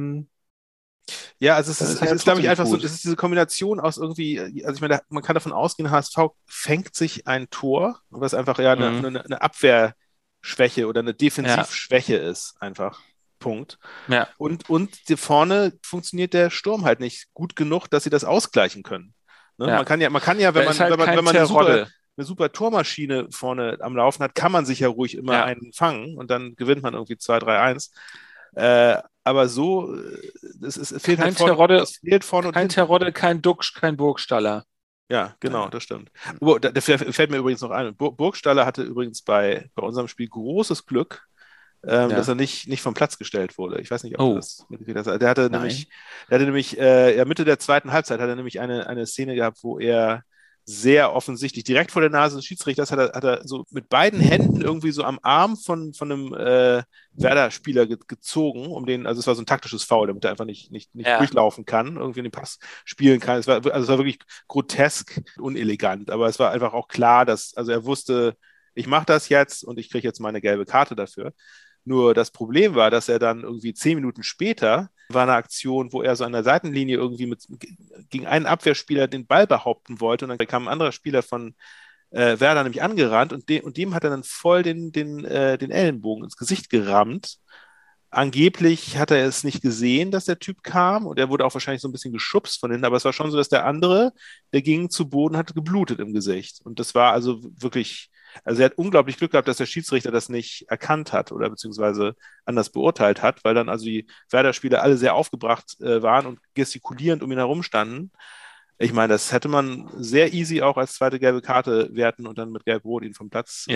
S2: Ja, also es ist glaube ich, einfach so, es ist diese Kombination aus irgendwie, also ich meine, man kann davon ausgehen, HSV fängt sich ein Tor, was einfach ja eine Abwehrschwäche oder eine Defensivschwäche ist, einfach. Punkt. Ja. Und vorne funktioniert der Sturm halt nicht gut genug, dass sie das ausgleichen können. Ne? Ja. Man kann ja, wenn man eine super Tormaschine vorne am Laufen hat, kann man sich ja ruhig immer einen fangen und dann gewinnt man irgendwie 2-3-1. Aber so, es fehlt halt vorne.
S1: Kein Terodde, kein Duxch, kein Burgstaller.
S2: Ja, genau, das stimmt. Da fällt mir übrigens noch ein. Burgstaller hatte übrigens bei unserem Spiel großes Glück, dass er nicht vom Platz gestellt wurde. Ich weiß nicht, ob du das mitgekriegt hast. Der hatte nämlich Mitte der zweiten Halbzeit hat er nämlich eine Szene gehabt, wo er sehr offensichtlich direkt vor der Nase des Schiedsrichters hat er so mit beiden Händen irgendwie so am Arm von einem Werder-Spieler gezogen, also es war so ein taktisches Foul, damit er einfach nicht durchlaufen kann, irgendwie den Pass spielen kann. Es war wirklich grotesk, unelegant, aber es war einfach auch klar, also er wusste, ich mache das jetzt und ich kriege jetzt meine gelbe Karte dafür. Nur das Problem war, dass er dann irgendwie 10 Minuten später war eine Aktion, wo er so an der Seitenlinie irgendwie gegen einen Abwehrspieler den Ball behaupten wollte und dann kam ein anderer Spieler von Werder nämlich angerannt und dem hat er dann voll den Ellenbogen ins Gesicht gerammt. Angeblich hat er es nicht gesehen, dass der Typ kam und er wurde auch wahrscheinlich so ein bisschen geschubst von hinten, aber es war schon so, dass der andere, der ging zu Boden, hatte geblutet im Gesicht und das war also wirklich, also er hat unglaublich Glück gehabt, dass der Schiedsrichter das nicht erkannt hat oder beziehungsweise anders beurteilt hat, weil dann also die Werder-Spieler alle sehr aufgebracht waren und gestikulierend um ihn herum standen. Ich meine, das hätte man sehr easy auch als zweite gelbe Karte werten und dann mit Gelb-Rot ihn vom Platz.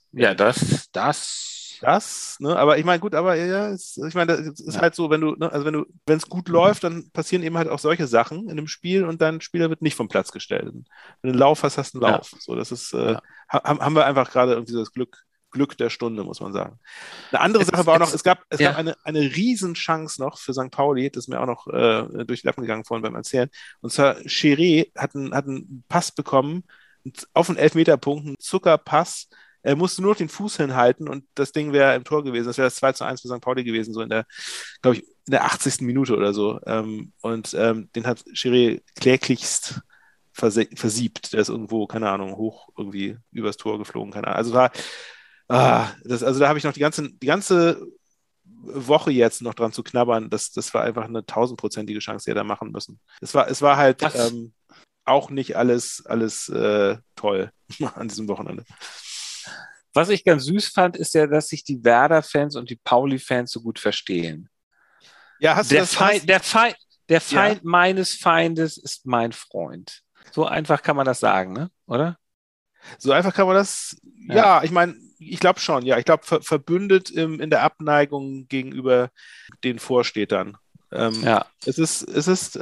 S2: Das, ne? Aber ich meine, gut, aber ja, ich meine, das ist halt so, wenn es gut läuft, dann passieren eben halt auch solche Sachen in einem Spiel und dein Spieler wird nicht vom Platz gestellt. Wenn du einen Lauf hast, hast du einen Lauf. So, das ist, haben wir einfach gerade irgendwie das Glück der Stunde, muss man sagen. Eine andere Sache war auch noch, es gab eine Riesenchance noch für St. Pauli, das ist mir auch noch durch die Lappen gegangen vorhin beim Erzählen. Und zwar Chiré hat einen Pass bekommen, auf den Elfmeterpunkt, einen Zuckerpass. Er musste nur noch den Fuß hinhalten und das Ding wäre im Tor gewesen. Das wäre das 2:1 für St. Pauli gewesen, so in der 80. Minute oder so. Den hat Chiré kläglichst versiebt. Der ist irgendwo, keine Ahnung, hoch irgendwie übers Tor geflogen. Keine Ahnung. Also da habe ich noch die ganze Woche jetzt noch dran zu knabbern. Das war einfach eine 1000-prozentige Chance, die er da machen müssen. Es war halt auch nicht alles toll an diesem Wochenende.
S1: Was ich ganz süß fand, ist ja, dass sich die Werder-Fans und die Pauli-Fans so gut verstehen.
S2: Ja,
S1: der Feind meines Feindes ist mein Freund. So einfach kann man das sagen, ne? Oder?
S2: So einfach kann man das, ja, ich meine, ich glaube schon, ja. Ich glaube, verbündet in der Abneigung gegenüber den Vorstädtern. Es ist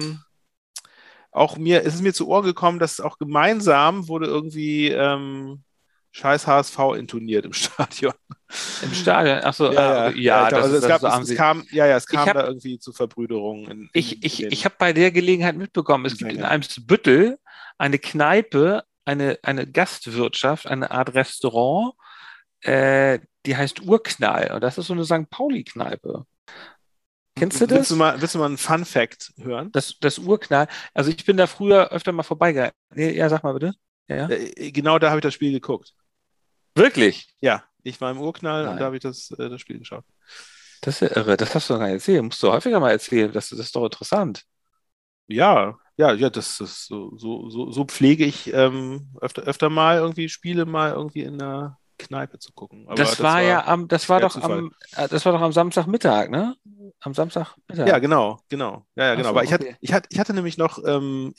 S2: mir zu Ohren gekommen, dass auch gemeinsam wurde irgendwie Scheiß HSV intoniert im Stadion.
S1: Im Stadion? Achso,
S2: es kam da irgendwie zu Verbrüderungen.
S1: Ich habe bei der Gelegenheit mitbekommen, es gibt in Eimsbüttel eine Kneipe, eine Gastwirtschaft, eine Art Restaurant, die heißt Urknall. Und das ist so eine St. Pauli-Kneipe. Kennst du das?
S2: Willst du mal einen Fun-Fact hören?
S1: Das Urknall. Also ich bin da früher öfter mal vorbeigegangen. Ja, sag mal bitte. Ja.
S2: Genau da habe ich das Spiel geguckt.
S1: Wirklich?
S2: Ja, ich war im Urknall und da habe ich das Spiel geschaut.
S1: Das ist ja irre, das hast du noch gar nicht erzählt. Musst du häufiger mal erzählen, das ist doch interessant.
S2: Ja, das ist so pflege ich öfter mal irgendwie Spiele mal irgendwie in der Kneipe zu gucken. Aber
S1: das war doch am Samstagmittag, ne? Am Samstagmittag.
S2: Ja, genau. Ja, genau. Aber
S1: okay.
S2: ich hatte nämlich noch,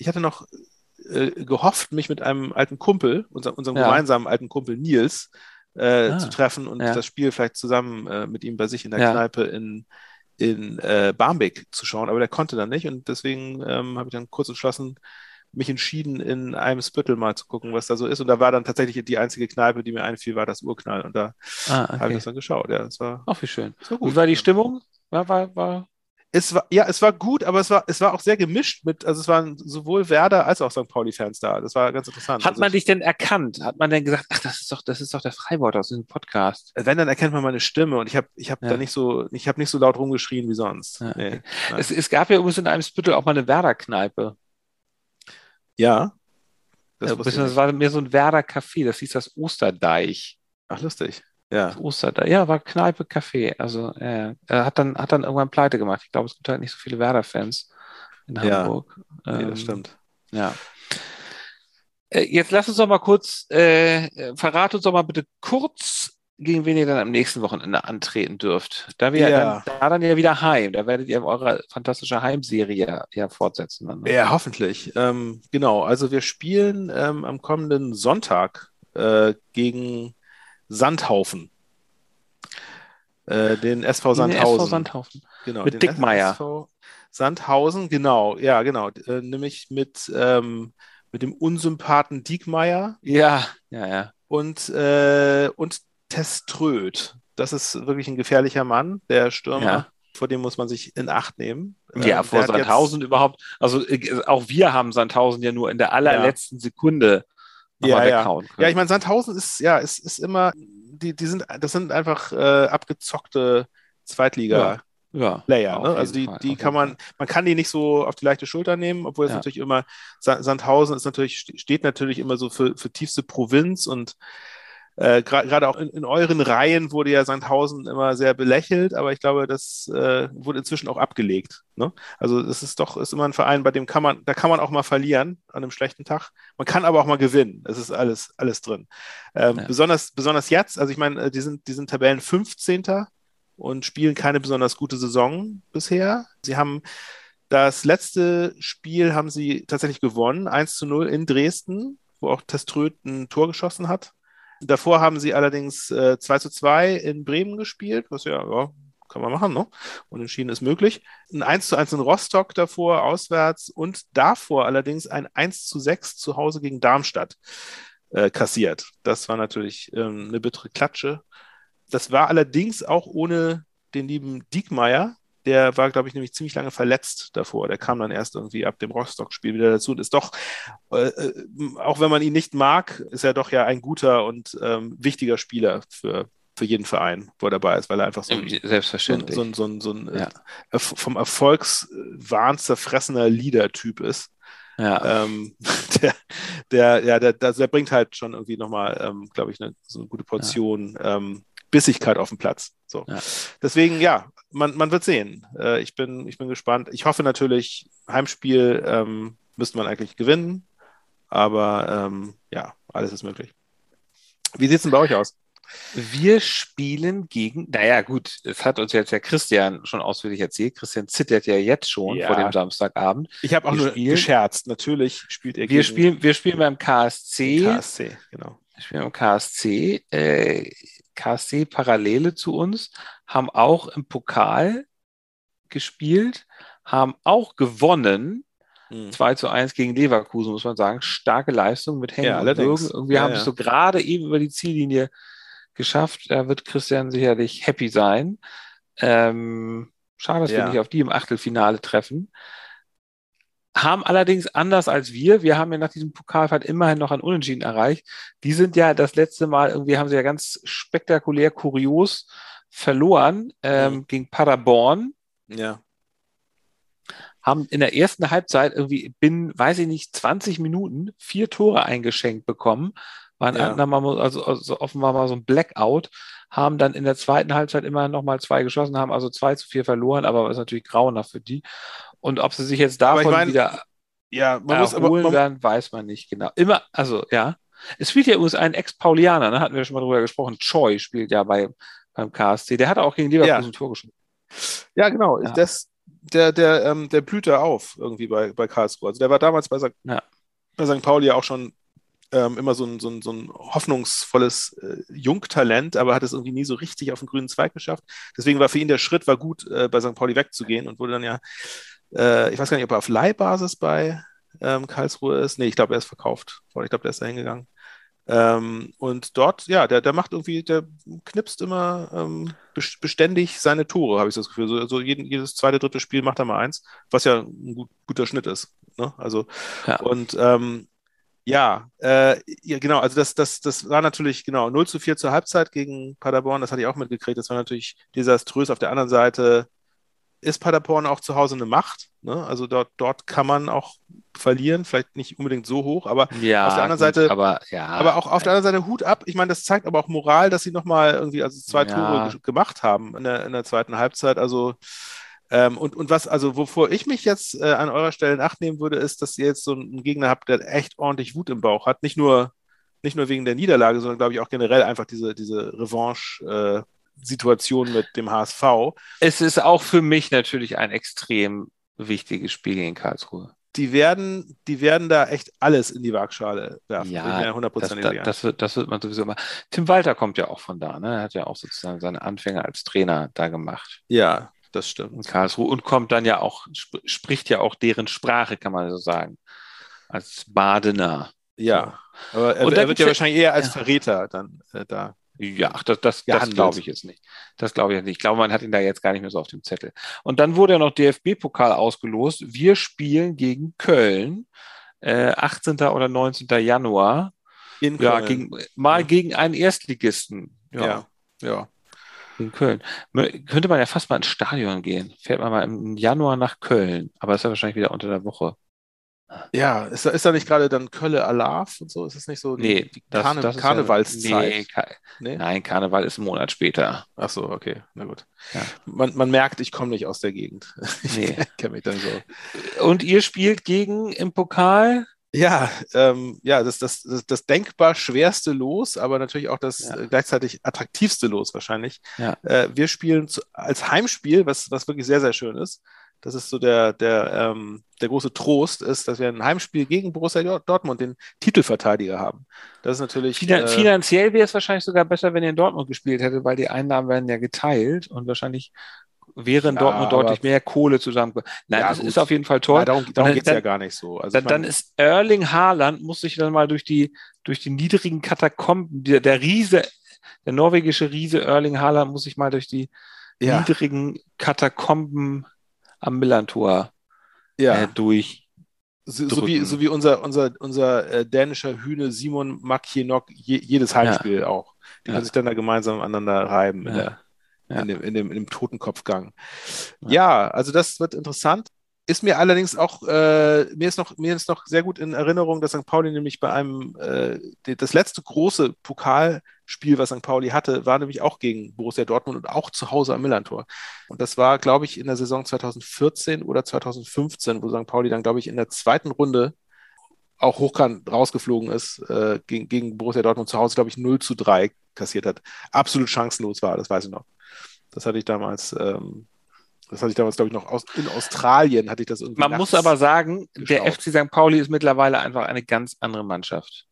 S2: gehofft, mich mit einem alten Kumpel, unserem gemeinsamen alten Kumpel Nils, zu treffen und das Spiel vielleicht zusammen mit ihm bei sich in der Kneipe in Barmbek zu schauen, aber der konnte dann nicht und deswegen habe ich dann kurz entschlossen, mich entschieden, in Eimsbüttel mal zu gucken, was da so ist. Und da war dann tatsächlich die einzige Kneipe, die mir einfiel, war das Urknall. Und da habe ich das dann geschaut. Ja, das war
S1: auch wie schön.
S2: Das war gut.
S1: Wie war die Stimmung?
S2: Es war gut, aber es war auch sehr gemischt also es waren sowohl Werder als auch St. Pauli-Fans da. Das war ganz interessant.
S1: Hat man dich denn erkannt? Hat man denn gesagt, ach, das ist doch der Freiburger aus dem Podcast?
S2: Wenn, dann erkennt man meine Stimme und ich habe da nicht so laut rumgeschrien wie sonst.
S1: Ja, okay. Es gab ja übrigens in Eimsbüttel auch mal eine Werder-Kneipe.
S2: Ja.
S1: Das war mehr so ein Werder-Café, das hieß das Osterdeich.
S2: Ach, lustig. Ja.
S1: Das Osterdeich, ja, war Kneipe, Café. Also er hat dann irgendwann pleite gemacht. Ich glaube, es gibt halt nicht so viele Werder-Fans in Hamburg.
S2: Nee, das stimmt.
S1: Ja. Jetzt lass uns doch mal kurz, verrat uns doch mal bitte kurz, gegen wen ihr dann am nächsten Wochenende antreten dürft. Da wir dann ja wieder heim, da werdet ihr eure fantastische Heimserie fortsetzen. Dann, ne?
S2: Ja, hoffentlich. Genau, also wir spielen am kommenden Sonntag gegen Sandhaufen. Den SV Sandhausen.
S1: Den SV Sandhaufen.
S2: Genau,
S1: mit Dickmeyer.
S2: SV Sandhausen, genau, ja, genau. Nämlich mit dem Unsympathen Diekmeyer.
S1: Ja.
S2: Und Teströd. Das ist wirklich ein gefährlicher Mann, der Stürmer. Ja. Vor dem muss man sich in Acht nehmen.
S1: Ja, vor Sandhausen überhaupt. Also auch wir haben Sandhausen ja nur in der allerletzten Sekunde weghauen können.
S2: Ja, ich meine, Sandhausen ist immer, das sind einfach abgezockte Zweitliga-Player. Ne? Also die kann man kann die nicht so auf die leichte Schulter nehmen, obwohl es natürlich immer, Sandhausen steht natürlich immer so für tiefste Provinz und gerade auch in euren Reihen wurde ja Sandhausen immer sehr belächelt, aber ich glaube, das wurde inzwischen auch abgelegt. Ne? Also es ist immer ein Verein, bei dem kann man auch mal verlieren an einem schlechten Tag. Man kann aber auch mal gewinnen. Es ist alles drin. Besonders jetzt, also ich meine, die sind Tabellen 15. und spielen keine besonders gute Saison bisher. Sie haben das letzte Spiel haben sie tatsächlich gewonnen, 1:0 in Dresden, wo auch Teströd ein Tor geschossen hat. Davor haben sie allerdings 2:2 in Bremen gespielt, was kann man machen, ne? Und entschieden ist möglich. Ein 1:1 in Rostock davor, auswärts und davor allerdings ein 1:6 zu Hause gegen Darmstadt kassiert. Das war natürlich eine bittere Klatsche. Das war allerdings auch ohne den lieben Diekmeyer. Der war, glaube ich, nämlich ziemlich lange verletzt davor. Der kam dann erst irgendwie ab dem Rostock-Spiel wieder dazu und ist doch, auch wenn man ihn nicht mag, ist er doch ja ein guter und wichtiger Spieler für jeden Verein, wo er dabei ist, weil er einfach
S1: selbstverständlich
S2: vom Erfolgswahn zerfressener Leader-Typ ist.
S1: Ja.
S2: Der bringt halt schon irgendwie nochmal, glaube ich, so eine gute Portion Bissigkeit auf dem Platz. So. Ja. Deswegen, man wird sehen. Ich bin gespannt. Ich hoffe natürlich, Heimspiel müsste man eigentlich gewinnen, aber alles ist möglich. Wie sieht es denn bei euch aus?
S1: Wir spielen gegen, naja gut, es hat uns jetzt ja Christian schon ausführlich erzählt. Christian zittert ja jetzt schon vor dem Samstagabend.
S2: Ich habe auch nur gescherzt. Natürlich spielt er
S1: wir spielen beim KSC.
S2: KSC, genau.
S1: Wir spielen beim KSC. KSC Parallele zu uns, haben auch im Pokal gespielt, haben auch gewonnen. 2:1 gegen Leverkusen, muss man sagen. Starke Leistung mit Hängen und Würgen. Irgendwie haben es so gerade eben über die Ziellinie geschafft. Da wird Christian sicherlich happy sein. Schade, dass wir nicht auf die im Achtelfinale treffen. Haben allerdings anders als wir haben ja nach diesem Pokalfahrt immerhin noch ein Unentschieden erreicht. Die sind ja das letzte Mal, irgendwie haben sie ja ganz spektakulär, kurios verloren gegen Paderborn.
S2: Ja.
S1: Haben in der ersten Halbzeit irgendwie binnen, 20 Minuten 4 Tore eingeschenkt bekommen. Waren also offenbar mal so ein Blackout. Haben dann in der zweiten Halbzeit immerhin nochmal 2 geschossen, haben also 2:4 verloren, aber ist natürlich grauenhaft für die. Und ob sie sich jetzt davon wieder erholen werden, weiß man nicht genau. Es spielt ja übrigens ein Ex-Paulianer, ne? Hatten wir schon mal drüber gesprochen. Choi spielt ja beim KSC. Der hat auch gegen Leverkusen ein Tor geschossen.
S2: Ja, genau. Ja. Der blüht da auf irgendwie bei Karlsruhe. Also der war damals bei St. Pauli ja auch schon immer so ein hoffnungsvolles Jungtalent, aber hat es irgendwie nie so richtig auf den grünen Zweig geschafft. Deswegen war für ihn der Schritt gut, bei St. Pauli wegzugehen und wurde dann ja, ich weiß gar nicht, ob er auf Leihbasis bei Karlsruhe ist. Nee, ich glaube, er ist verkauft. Ich glaube, der ist da hingegangen. Und dort, ja, der macht irgendwie, der knipst immer beständig seine Tore, habe ich so das Gefühl. So jedes zweite, dritte Spiel macht er mal eins, was ja ein guter Schnitt ist. Ne? Also,
S1: Ja.
S2: und ja, genau, also das war natürlich, genau, 0:4 zur Halbzeit gegen Paderborn, das hatte ich auch mitgekriegt, das war natürlich desaströs. Auf der anderen Seite ist Paderborn auch zu Hause eine Macht, ne? Also dort kann man auch verlieren, vielleicht nicht unbedingt so hoch, aber
S1: Ja,
S2: auf der anderen
S1: gut,
S2: Seite,
S1: aber
S2: auch auf der anderen Seite Hut ab. Ich meine, das zeigt aber auch Moral, dass sie nochmal irgendwie also 2 Tore
S1: ja,
S2: gemacht haben in der zweiten Halbzeit. Also und was, also wovor ich mich jetzt an eurer Stelle in Acht nehmen würde, ist, dass ihr jetzt so einen Gegner habt, der echt ordentlich Wut im Bauch hat. Nicht nur wegen der Niederlage, sondern glaube ich auch generell einfach diese Revanche-Situation mit dem HSV.
S1: es ist auch für mich natürlich ein extrem wichtiges Spiel gegen Karlsruhe.
S2: Die werden da echt alles in die Waagschale werfen.
S1: Ja,
S2: hundertprozentig.
S1: das wird man sowieso mal. Tim Walter kommt ja auch von da, ne? Er hat ja auch sozusagen seine Anfänge als Trainer da gemacht.
S2: Ja, das
S1: In
S2: stimmt.
S1: Karlsruhe und kommt dann ja auch, spricht ja auch deren Sprache, kann man so sagen. Als Badener.
S2: Ja, aber
S1: Und
S2: er wird ja
S1: gibt's
S2: wahrscheinlich eher als
S1: ja.
S2: Verräter dann da.
S1: Ja, ach, das
S2: Gehandelt.
S1: glaube ich jetzt nicht. Das glaube ich jetzt nicht. Ich glaube, man hat ihn da jetzt gar nicht mehr so auf dem Zettel. Und dann wurde ja noch DFB-Pokal ausgelost. Wir spielen gegen Köln, 18. oder 19. Januar.
S2: In
S1: Ja,
S2: Köln.
S1: gegen einen Erstligisten.
S2: Ja.
S1: Gegen Köln. Könnte man ja fast mal ins Stadion gehen. Fährt man mal im Januar nach Köln. Aber das ist ja wahrscheinlich wieder unter der Woche.
S2: Ja, ist da nicht gerade dann Kölle Alarv und so? Ist das nicht so
S1: Nee,
S2: die
S1: das ist
S2: Karnevalszeit?
S1: Nee, nein, Karneval ist einen Monat später.
S2: Ach so, okay, na gut.
S1: Ja.
S2: Man merkt, ich komme nicht aus der Gegend.
S1: Nee.
S2: Ich kenne mich dann so.
S1: Und ihr spielt im Pokal?
S2: Ja, das denkbar schwerste Los, aber natürlich auch das gleichzeitig attraktivste Los wahrscheinlich.
S1: Ja.
S2: Wir spielen als Heimspiel, was wirklich sehr, sehr schön ist. Das ist so der große Trost, ist, dass wir ein Heimspiel gegen Borussia Dortmund, den Titelverteidiger, haben. Das ist natürlich...
S1: Finanziell wäre es wahrscheinlich sogar besser, wenn ihr in Dortmund gespielt hättet, weil die Einnahmen werden ja geteilt und wahrscheinlich wäre in Dortmund deutlich mehr Kohle zusammengekommen. Nein, das ist auf jeden Fall toll.
S2: Ja, darum geht es ja gar nicht so. Also
S1: dann ist Erling Haaland, muss sich dann mal durch die niedrigen Katakomben, der Riese, der norwegische Riese Erling Haaland muss sich mal durch die niedrigen Katakomben am Millantor durch.
S2: So wie unser dänischer Hühne Simon Makienok jedes Heimspiel auch. Die können sich dann da gemeinsam aneinander reiben in dem Totenkopfgang. Ja, also das wird interessant. Ist mir allerdings auch, mir ist noch sehr gut in Erinnerung, dass St. Pauli nämlich bei einem, das letzte große Pokalspiel, was St. Pauli hatte, war nämlich auch gegen Borussia Dortmund und auch zu Hause am Millantor. Und das war, glaube ich, in der Saison 2014 oder 2015, wo St. Pauli dann, glaube ich, in der zweiten Runde auch hochkant rausgeflogen ist, gegen Borussia Dortmund zu Hause, glaube ich, 0:3 kassiert hat. Absolut chancenlos war, das weiß ich noch. Das hatte ich damals, glaube ich, noch in Australien hatte ich das irgendwie.
S1: Man muss aber sagen,
S2: geschaut.
S1: der FC St. Pauli ist mittlerweile einfach eine ganz andere Mannschaft.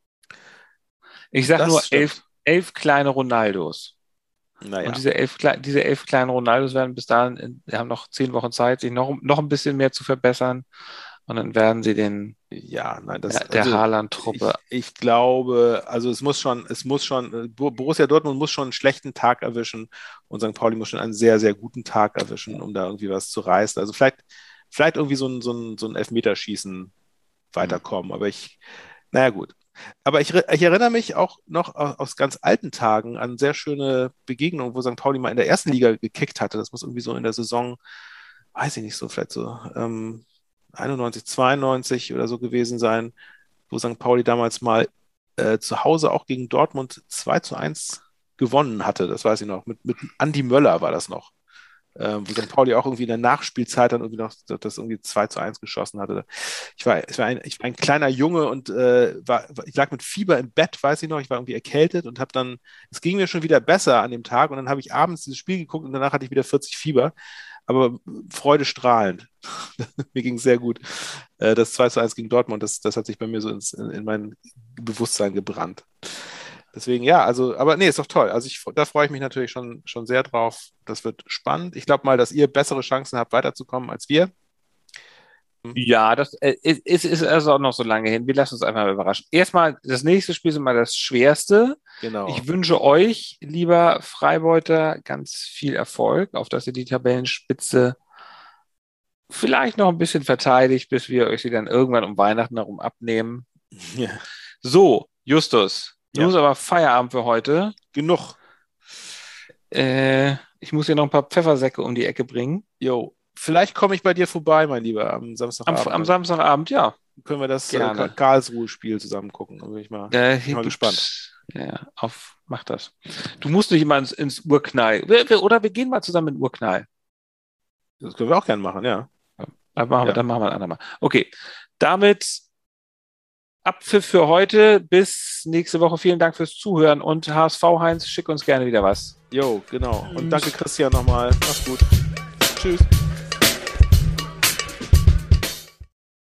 S1: Ich sage nur 11 kleine Ronaldos.
S2: Naja.
S1: Und diese 11 kleinen Ronaldos werden bis dahin, wir haben noch 10 Wochen Zeit, sich noch ein bisschen mehr zu verbessern. Und dann werden sie der Haaland-Truppe.
S2: Ich glaube, also es muss schon, Borussia Dortmund muss schon einen schlechten Tag erwischen und St. Pauli muss schon einen sehr, sehr guten Tag erwischen, um da irgendwie was zu reißen. Also vielleicht irgendwie so ein Elfmeterschießen weiterkommen. Aber naja gut. Aber ich erinnere mich auch noch aus ganz alten Tagen an sehr schöne Begegnungen, wo St. Pauli mal in der ersten Liga gekickt hatte. Das muss irgendwie so in der Saison, weiß ich nicht, so vielleicht so 91, 92 oder so gewesen sein, wo St. Pauli damals mal zu Hause auch gegen Dortmund 2:1 gewonnen hatte. Das weiß ich noch. Mit Andi Möller war das noch. Wo St. Pauli auch irgendwie in der Nachspielzeit dann irgendwie noch das irgendwie 2:1 geschossen hatte. Ich war ein kleiner Junge und ich lag mit Fieber im Bett, weiß ich noch. Ich war irgendwie erkältet und es ging mir schon wieder besser an dem Tag und dann habe ich abends dieses Spiel geguckt und danach hatte ich wieder 40 Fieber. aber freudestrahlend. Mir ging es sehr gut. Das 2:1 gegen Dortmund, das hat sich bei mir so in mein Bewusstsein gebrannt. Deswegen, ja, also, aber nee, ist doch toll. Also da freue ich mich natürlich schon sehr drauf. Das wird spannend. Ich glaube mal, dass ihr bessere Chancen habt, weiterzukommen als wir.
S1: Ja, das ist also auch noch so lange hin. Wir lassen uns einfach mal überraschen. Erstmal, das nächste Spiel ist immer das Schwerste.
S2: Genau.
S1: Ich wünsche euch, lieber Freibeuter, ganz viel Erfolg, auf dass ihr die Tabellenspitze vielleicht noch ein bisschen verteidigt, bis wir euch sie dann irgendwann um Weihnachten herum abnehmen.
S2: Ja.
S1: So, Justus, nun ist aber Feierabend für heute.
S2: Genug.
S1: Ich muss hier noch ein paar Pfeffersäcke um die Ecke bringen.
S2: Jo. Vielleicht komme ich bei dir vorbei, mein Lieber, am Samstagabend.
S1: Am Samstagabend, ja.
S2: Können wir das Karlsruhe-Spiel zusammen gucken. Da bin ich mal gespannt.
S1: Ja, mach das. Du musst nicht immer ins Urknall. Oder wir gehen mal zusammen in den Urknall.
S2: Das können wir auch gerne machen, ja.
S1: Dann machen wir ein andermal. Okay, damit Abpfiff für heute. Bis nächste Woche. Vielen Dank fürs Zuhören. Und HSV Heinz, schick uns gerne wieder was.
S2: Jo, genau. Und danke Christian nochmal. Mach's gut. Tschüss.